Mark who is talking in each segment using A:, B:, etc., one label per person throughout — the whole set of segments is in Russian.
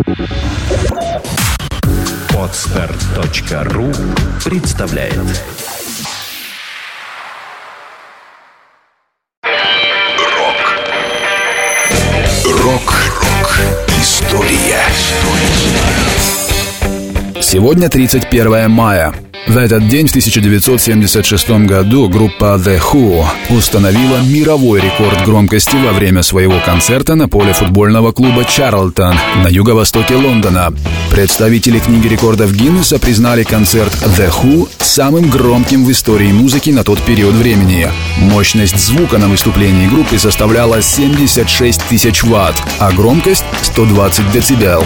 A: Podster.ru представляет. Рок. История.
B: Сегодня 31 мая. В этот день, в 1976 году, группа The Who установила мировой рекорд громкости во время своего концерта на поле футбольного клуба «Чарлтон» на юго-востоке Лондона. Представители книги рекордов Гиннесса признали концерт The Who самым громким в истории музыки на тот период времени. Мощность звука на выступлении группы составляла 76 тысяч ватт, а громкость — 120 децибел.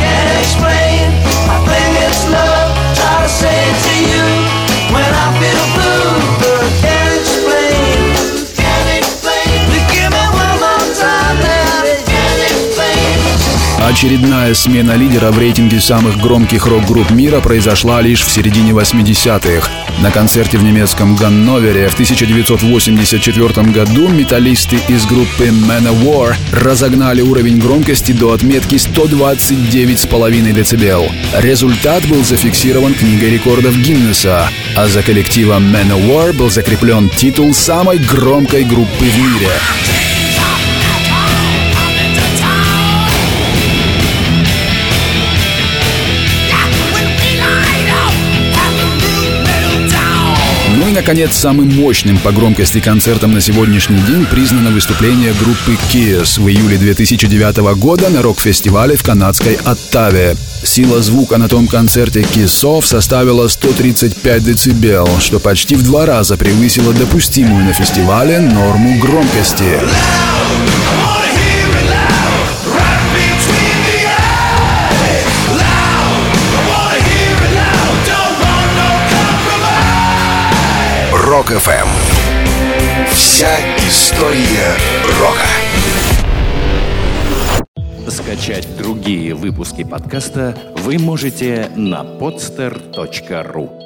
B: Очередная смена лидера в рейтинге самых громких рок-групп мира произошла лишь в середине 80-х. На концерте в немецком Ганновере в 1984 году металлисты из группы Manowar разогнали уровень громкости до отметки 129,5 дБ. Результат был зафиксирован книгой рекордов Гиннесса, а за коллективом Manowar был закреплен титул самой громкой группы в мире. Ну и, наконец, самым мощным по громкости концертом на сегодняшний день признано выступление группы Kiss в июле 2009 года на рок-фестивале в канадской Оттаве. Сила звука на том концерте Киссов составила 135 децибел, что почти в 2 раза превысило допустимую на фестивале норму громкости.
A: Рок-ФМ. Вся история рока. Скачать другие выпуски подкаста вы можете на podster.ru.